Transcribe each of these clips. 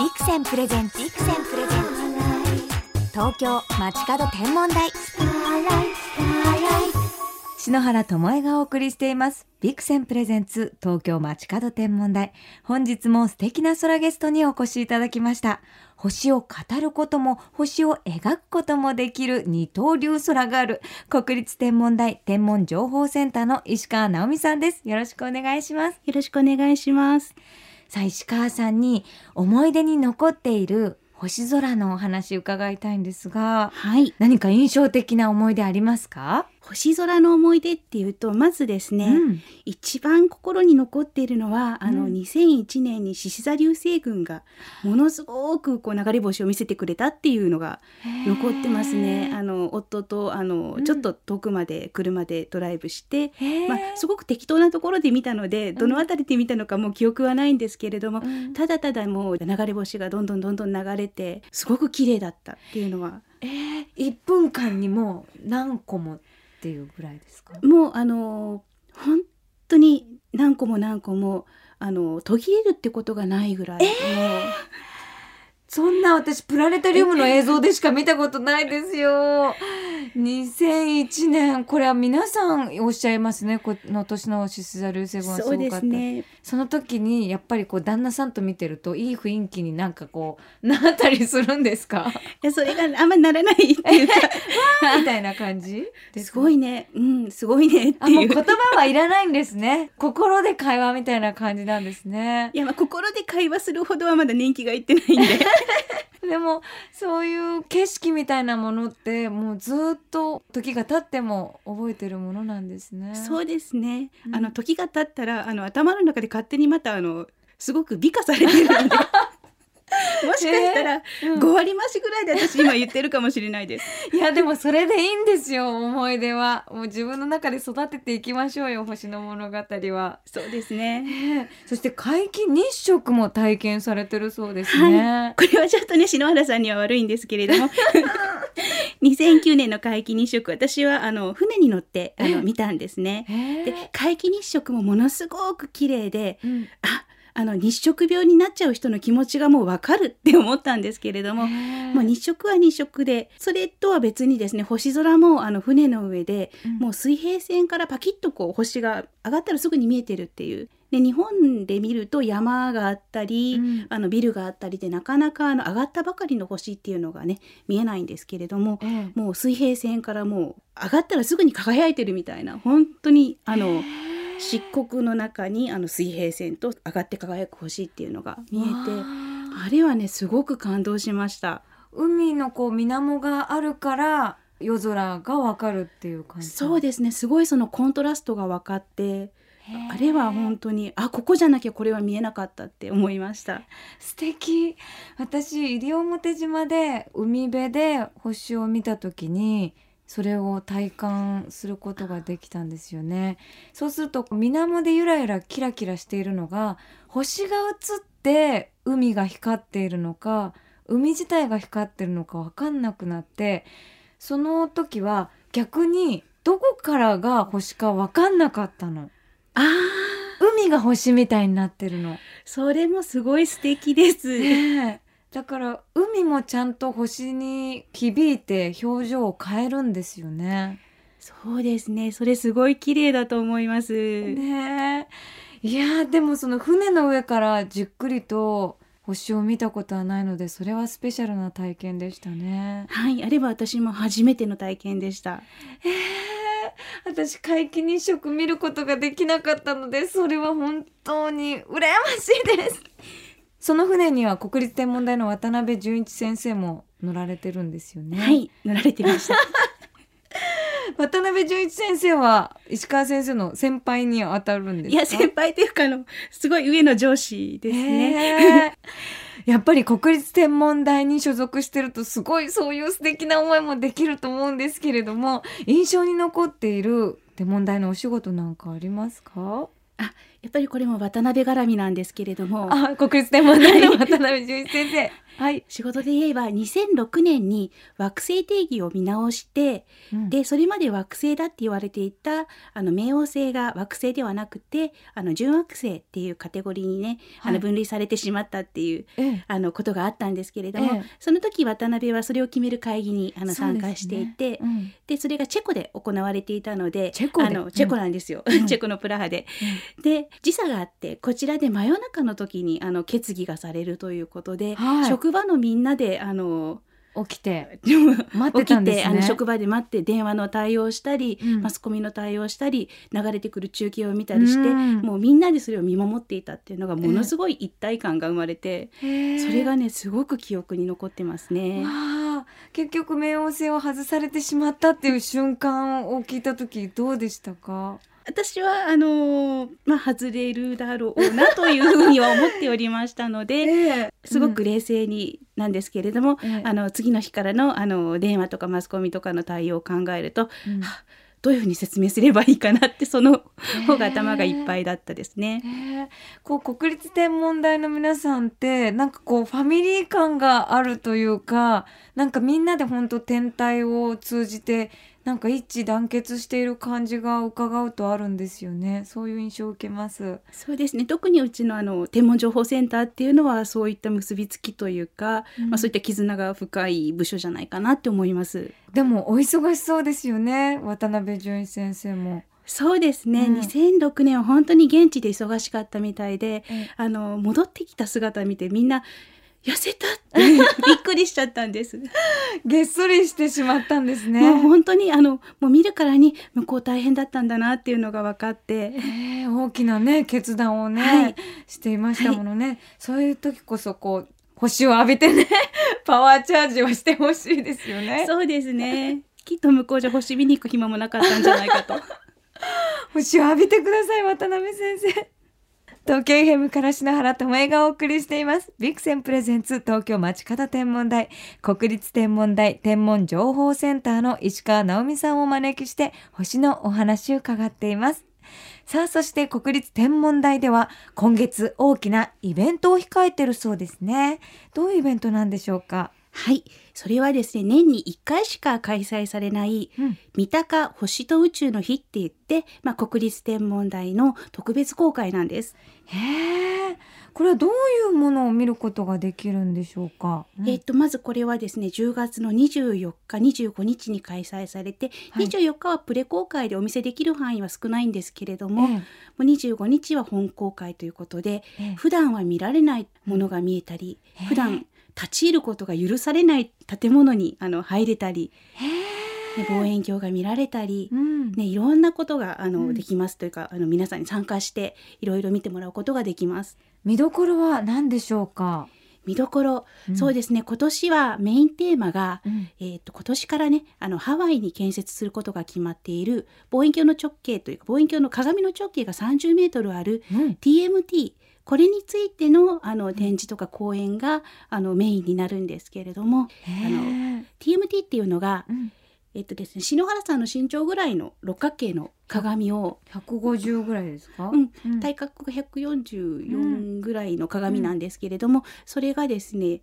ビクセンプレゼンツ東京街角天文台。篠原智恵がお送りしていますビクセンプレゼンツ東京街角天文台。本日も素敵な空ゲストにお越しいただきました。星を語ることも星を描くこともできる二刀流空ガール、国立天文台天文情報センターの石川直美さんです。よろしくお願いします。 よろしくお願いします。 さあ、石川さんに思い出に残っている星空のお話伺いたいんですが、 はい、 何か印象的な思い出ありますか？ 星空の思い出っていうと、まずですね、一番心に残っているのは2001年に獅子座流星群がものすごく流れ星を見せてくれたっていうのが残ってますね。夫とちょっと遠くまで車でドライブして、すごく適当なところで見たので、どのあたりで見たのかもう記憶はないんですけれども、ただただもう流れ星がどんどん流れてすごく綺麗だったっていうのは、 1分間にもう何個もっていうぐらいですか？ もう本当に何個も途切れるってことがないぐらい、 そんな、私プラネタリウムの映像でしか見たことないですよ。2001年、これは皆さんおっしゃいますね。この年の獅子座流星群はすごかった。 そうですね。 その時にやっぱり旦那さんと見てるといい雰囲気になったりするんですか？ それがあんまりならないっていうかみたいな感じですごいね、すごいねっていう。 もう言葉はいらないんですね。心で会話みたいな感じなんですね。 いや、心で会話するほどはまだ年季がいってないんででもそういう景色みたいなものってもうずっと時が経っても覚えてるものなんですね。 そうですね、時が経ったら頭の中で勝手にまたすごく美化されてるのでもしかしたら5割増しぐらいで私今言ってるかもしれないです。 いや、でもそれでいいんですよ。思い出はもう自分の中で育てていきましょうよ、星の物語は。 そうですね、 そして皆既日食も体験されてるそうですね。 これはちょっとね、篠原さんには悪いんですけれども2009年の皆既日食、私は船に乗って見たんですね。で、皆既日食もものすごく綺麗で、日食病になっちゃう人の気持ちがもう分かるって思ったんですけれども、もう日食は日食で、それとは別にですね、星空も船の上で、もう水平線からパキッと星が上がったらすぐに見えてるっていう。で、日本で見ると山があったり、ビルがあったりで、なかなか上がったばかりの星っていうのがね見えないんですけれども、もう水平線からもう上がったらすぐに輝いてるみたいな、本当に漆黒の中に水平線と上がって輝く星っていうのが見えて、あれはねすごく感動しました。 海の水面があるから夜空がわかるっていう感じ。 そうですね、すごいそのコントラストが分かって、あれは本当にここじゃなきゃこれは見えなかったって思いました。 素敵。私西表島で海辺で星を見た時にそれを体感することができたんですよね。そうすると水面でゆらゆらキラキラしているのが星が映って海が光っているのか、海自体が光ってるのか分かんなくなって、その時は逆にどこからが星か分かんなかったの。海が星みたいになってるの。 それもすごい素敵です、 だから海もちゃんと星に響いて表情を変えるんですよね。 そうですね、それすごい綺麗だと思いますね。いや、でもその船の上からじっくりと星を見たことはないので、それはスペシャルな体験でしたね。 はい、あれば私も初めての体験でした。 私皆既日食見ることができなかったので、それは本当に羨ましいです。その船には国立天文台の渡辺淳一先生も乗られてるんですよね。 はい、乗られてました渡辺淳一先生は石川先生の先輩に当たるんですか？ いや、先輩というかすごい上の上司ですね。 やっぱり国立天文台に所属してるとすごいそういう素敵な思いもできると思うんですけれども、印象に残っている天文台のお仕事なんかありますか？ やっぱりこれも渡辺絡みなんですけれども、 国立天文台の渡辺淳一先生はい。 仕事で言えば2006年に惑星定義を見直して、でそれまで惑星だって言われていた冥王星が惑星ではなくて準惑星っていうカテゴリーにね、分類されてしまったっていうことがあったんですけれども、その時渡辺はそれを決める会議に参加していて、でそれがチェコで行われていたので、チェコなんですよ、チェコのプラハで。で時差があってこちらで真夜中の時に決議がされるということで、職場のみんなで起きて待ってたんですね。 職場で待って電話の対応したり、マスコミの対応したり流れてくる中継を見たりして、もうみんなでそれを見守っていたっていうのがものすごい一体感が生まれて、それがねすごく記憶に残ってますね。 結局冥王星を外されてしまったっていう瞬間を聞いた時どうでしたか？ 私は外れるだろうなというふうには思っておりましたので、すごく冷静になんですけれども、次の日からの電話とかマスコミとかの対応を考えると、どういうふうに説明すればいいかなってその方が頭がいっぱいだったですね。 国立天文台の皆さんってなんかファミリー感があるというか、なんかみんなで本当天体を通じてなんか一致団結している感じが伺うとあるんですよね。そういう印象を受けます。 そうですね。特にうちの天文情報センターっていうのはそういった結びつきというか、そういった絆が深い部署じゃないかなって思います。 でもお忙しそうですよね、渡辺淳一先生も。 そうですね、2006年は本当に現地で忙しかったみたいで、戻ってきた姿見てみんな痩せたってびっくりしちゃったんですげっそりしてしまったんですね。 もう本当にもう見るからに向こう大変だったんだなっていうのが分かって、 大きなね決断をね、していましたものね。そういう時こそ星を浴びてねパワーチャージをしてほしいですよね。 そうですね。きっと向こうじゃ星見に行く暇もなかったんじゃないかと星を浴びてください、渡辺先生。東京 FM から篠原智恵がお送りしていますビクセンプレゼンツ東京街角天文台、国立天文台天文情報センターの石川直美さんをお招きして星のお話を伺っています。さあ、そして国立天文台では今月大きなイベントを控えているそうですね。どういうイベントなんでしょうか？ はい、それはですね、年に1回しか開催されない、三鷹星と宇宙の日って言って、国立天文台の特別公開なんです。 これはどういうものを見ることができるんでしょうか？ まずこれはですね、10月の24日、25日に開催されて、24日はプレ公開でお見せできる範囲は少ないんですけれども、もう25日は本公開ということで、普段は見られないものが見えたり、普段立ち入ることが許されない建物に入れたり、望遠鏡が見られたり、いろんなことができますというか、皆さんに参加していろいろ見てもらうことができます。 見どころは何でしょうか？ 見どころ、そうですね、今年はメインテーマが、今年からねハワイに建設することが決まっている望遠鏡の直径というか望遠鏡の鏡の直径が30メートルある、TMT、これについての展示とか講演がメインになるんですけれども、TMT っていうのが、ですね、篠原さんの身長ぐらいの六角形の鏡を 150ぐらいですか？ 体格が144ぐらいの鏡なんですけれども、それがですね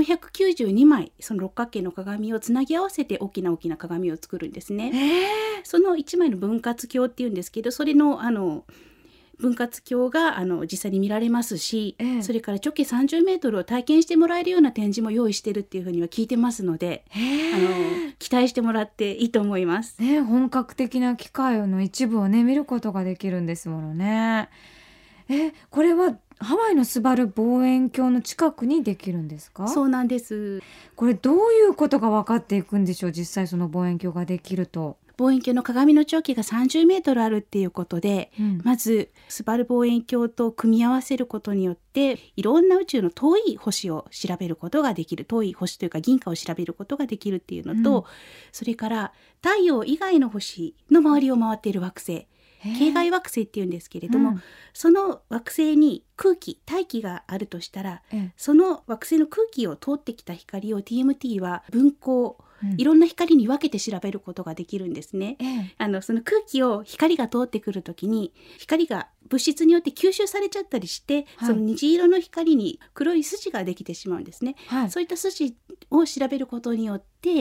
492枚その六角形の鏡をつなぎ合わせて大きな鏡を作るんですね。その1枚の分割鏡っていうんですけど、それの分割鏡が実際に見られますし、それから直径30メートルを体験してもらえるような展示も用意してるっていうふうには聞いてますので、期待してもらっていいと思います。 本格的な機械の一部をね見ることができるんですものね。これはハワイのスバル望遠鏡の近くにできるんですか？ そうなんです。 これどういうことが分かっていくんでしょう？実際その望遠鏡ができると。 望遠鏡の鏡の直径が30メートルあるっていうことで、まずスバル望遠鏡と組み合わせることによっていろんな宇宙の遠い星を調べることができる、遠い星というか銀河を調べることができるっていうのと、それから太陽以外の星の周りを回っている惑星、系外惑星っていうんですけれども、その惑星に空気、大気があるとしたら、その惑星の空気を通ってきた光を TMT は分光、いろんな光に分けて調べることができるんですね。その空気を光が通ってくるときに光が物質によって吸収されちゃったりして、 はい、 その虹色の光に黒い筋ができてしまうんですね、はい、そういった筋を調べることによって、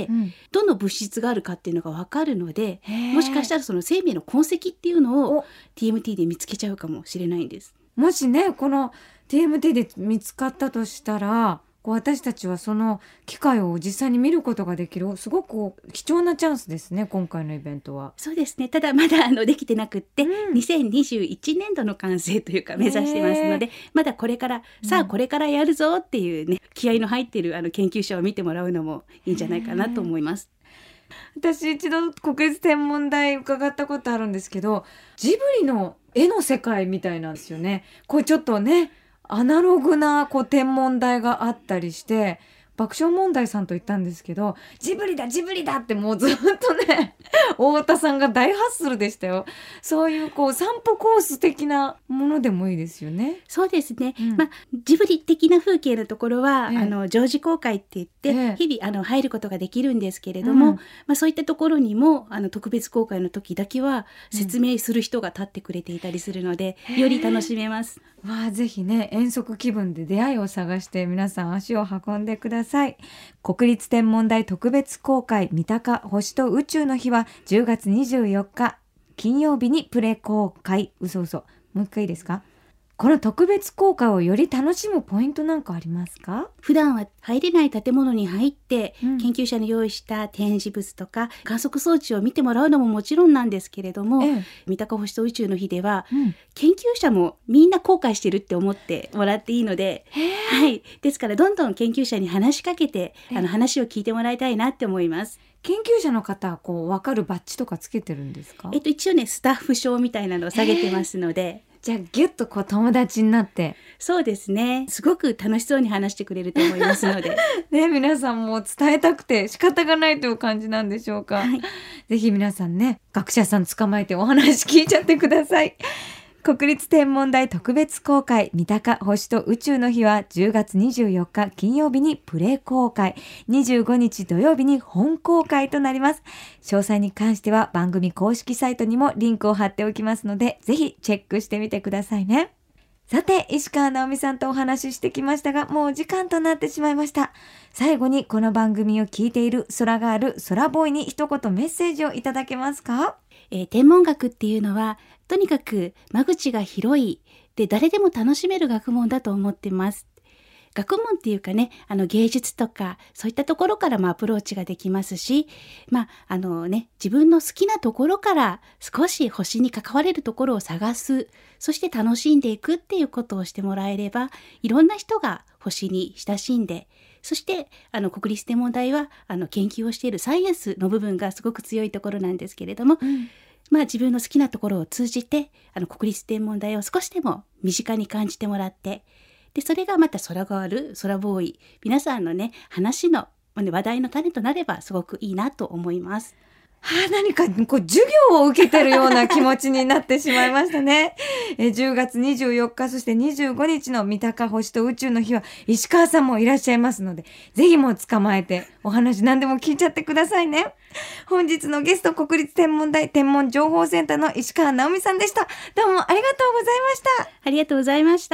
どの物質があるかっていうのが分かるので、もしかしたらその生命の痕跡っていうのを TMT で見つけちゃうかもしれないんです。 もしねこの TMT で見つかったとしたら、私たちはその機会を実際に見ることができる、すごく貴重なチャンスですね、今回のイベントは。 そうですね。ただまだできてなくって、2021年度の完成というか目指してますので、まだこれから、さあこれからやるぞっていうね、気合の入っている研究者を見てもらうのもいいんじゃないかなと思います。 私一度国立天文台伺ったことあるんですけど、ジブリの絵の世界みたいなんですよね。これちょっとねアナログな天文台があったりして、爆笑問題さんと言ったんですけど、ジブリだジブリだってもうずっとね太田さんが大ハッスルでしたよ。そういう散歩コース的なものでもいいですよね。 そうですね、ジブリ的な風景のところは、常時公開って言って、日々入ることができるんですけれども、そういったところにも特別公開の時だけは説明する人が立ってくれていたりするので、より楽しめます。 ぜひね遠足気分で出会いを探して皆さん足を運んでください。国立天文台特別公開三鷹星と宇宙の日は10月24日金曜日にプレ公開。もう一回いいですか。この特別公開をより楽しむポイントなんかありますか？ 普段は入れない建物に入って、研究者の用意した展示物とか観測装置を見てもらうのももちろんなんですけれども、三鷹星と宇宙の日では、研究者もみんな後悔してるって思ってもらっていいので、ですからどんどん研究者に話しかけて話を聞いてもらいたいなって思います。 研究者の方は分かるバッジとかつけてるんですか？ 一応ねスタッフ証みたいなのを下げてますので、 じゃあギュッと友達になって。 そうですね、すごく楽しそうに話してくれると思いますのでね、皆さんも伝えたくて仕方がないという感じなんでしょうか。ぜひ皆さんね学者さん捕まえてお話聞いちゃってください。国立天文台特別公開三鷹星と宇宙の日は10月24日金曜日にプレ公開、25日土曜日に本公開となります。詳細に関しては番組公式サイトにもリンクを貼っておきますので、ぜひチェックしてみてくださいね。さて石川直美さんとお話ししてきましたが、もうお時間となってしまいました。最後にこの番組を聞いている空がある空ボーイに一言メッセージをいただけますか？ 天文学っていうのはとにかく間口が広いで誰でも楽しめる学問だと思ってます。学問っていうかね、芸術とかそういったところからもアプローチができますし、自分の好きなところから少し星に関われるところを探す、そして楽しんでいくっていうことをしてもらえれば、いろんな人が星に親しんで、そして国立天文台は研究をしているサイエンスの部分がすごく強いところなんですけれども、自分の好きなところを通じて国立天文台を少しでも身近に感じてもらって、でそれがまた空がある空ボーイ、皆さんのね話の話題の種となればすごくいいなと思います。 何か授業を受けてるような気持ちになってしまいましたね。10月24日そして25日の三鷹星と宇宙の日は石川さんもいらっしゃいますので、ぜひもう捕まえてお話何でも聞いちゃってくださいね。本日のゲスト国立天文台天文情報センターの石川直美さんでした。どうもありがとうございました。 ありがとうございました。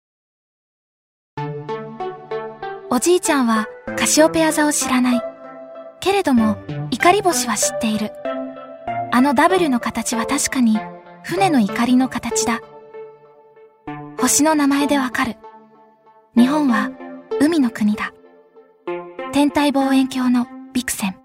おじいちゃんはカシオペア座を知らない。けれども怒り星は知っている。W の形は確かに船の怒りの形だ。星の名前でわかる。日本は海の国だ。天体望遠鏡のビクセン。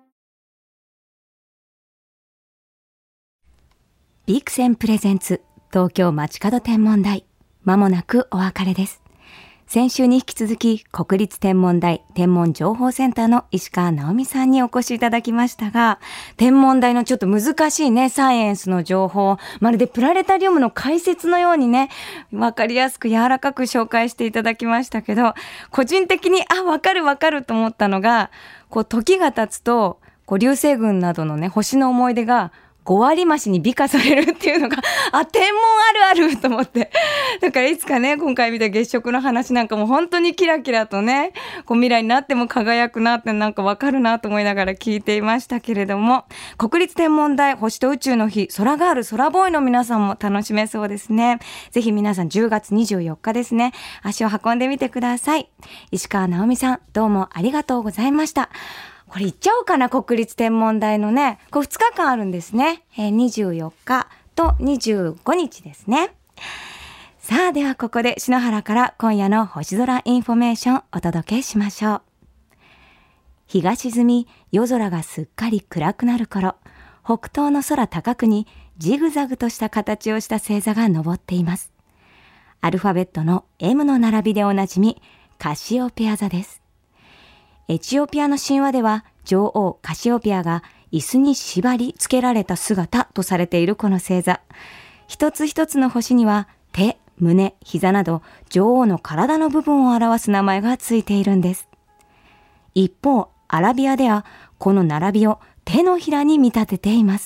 ビクセンプレゼンツ東京街角天文台、まもなくお別れです。先週に引き続き国立天文台天文情報センターの石川直美さんにお越しいただきましたが、天文台のちょっと難しいねサイエンスの情報をまるでプラネタリウムの解説のようにね、わかりやすく柔らかく紹介していただきましたけど、個人的にわかると思ったのが、時が経つと流星群などのね星の思い出が 5割増しに美化されるっていうのが天文あるあると思って、だからいつかね、今回見た月食の話なんかも本当にキラキラとね、こう未来になっても輝くなってなんかわかるなと思いながら聞いていましたけれども、国立天文台星と宇宙の日、空ガール空ボーイの皆さんも楽しめそうですね。ぜひ皆さん10月24日ですね、足を運んでみてください。石川直美さん、どうもありがとうございました。これ言っちゃおうかな、国立天文台のね、これ2日間あるんですね。24日と25日ですね。さあ、ではここで篠原から今夜の星空インフォメーションお届けしましょう。日が沈み、夜空がすっかり暗くなる頃、北東の空高くにジグザグとした形をした星座が昇っています。アルファベットの M の並びでおなじみ、カシオペア座です。エチオピアの神話では女王カシオペアが椅子に縛り付けられた姿とされているこの星座。一つ一つの星には手、胸、膝など女王の体の部分を表す名前がついているんです。一方、アラビアではこの並びを手のひらに見立てています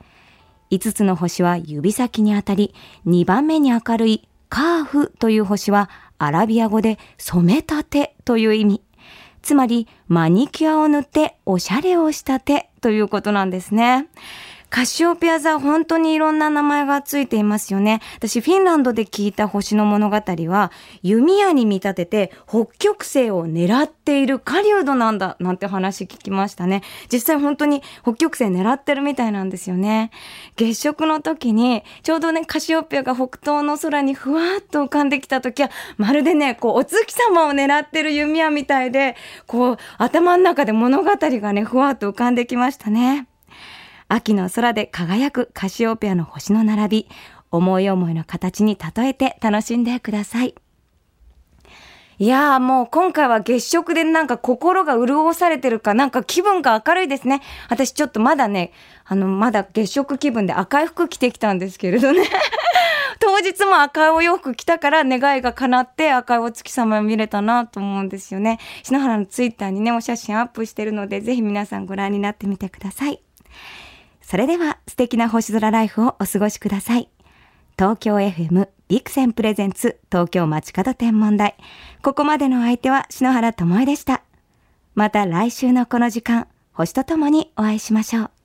。5つの星は指先にあたり、2番目に明るいカーフという星はアラビア語で染めたてという意味。つまりマニキュアを塗っておしゃれをした手ということなんですね。カシオペア座、本当にいろんな名前がついていますよね。私フィンランドで聞いた星の物語は弓矢に見立てて北極星を狙っている狩人なんだなんて話聞きましたね。実際本当に北極星狙ってるみたいなんですよね。月食の時にちょうどね、カシオペアが北東の空にふわっと浮かんできた時はまるでね、こうお月様を狙ってる弓矢みたいで、こう頭の中で物語がね、ふわっと浮かんできましたね。秋の空で輝くカシオペアの星の並び、思い思いの形に例えて楽しんでください。いやー、もう今回は月食でなんか心が潤されてるか、なんか気分が明るいですね。私ちょっとまだね、まだ月食気分で赤い服着てきたんですけれどね。当日も赤いお洋服着たから願いが叶って赤いお月様を見れたなと思うんですよね。篠原のツイッターにね、お写真アップしてるので、ぜひ皆さんご覧になってみてください。それでは素敵な星空ライフをお過ごしください。東京 FM ビクセンプレゼンツ東京街角天文台。ここまでの相手は篠原ともえでした。また来週のこの時間、星とともにお会いしましょう。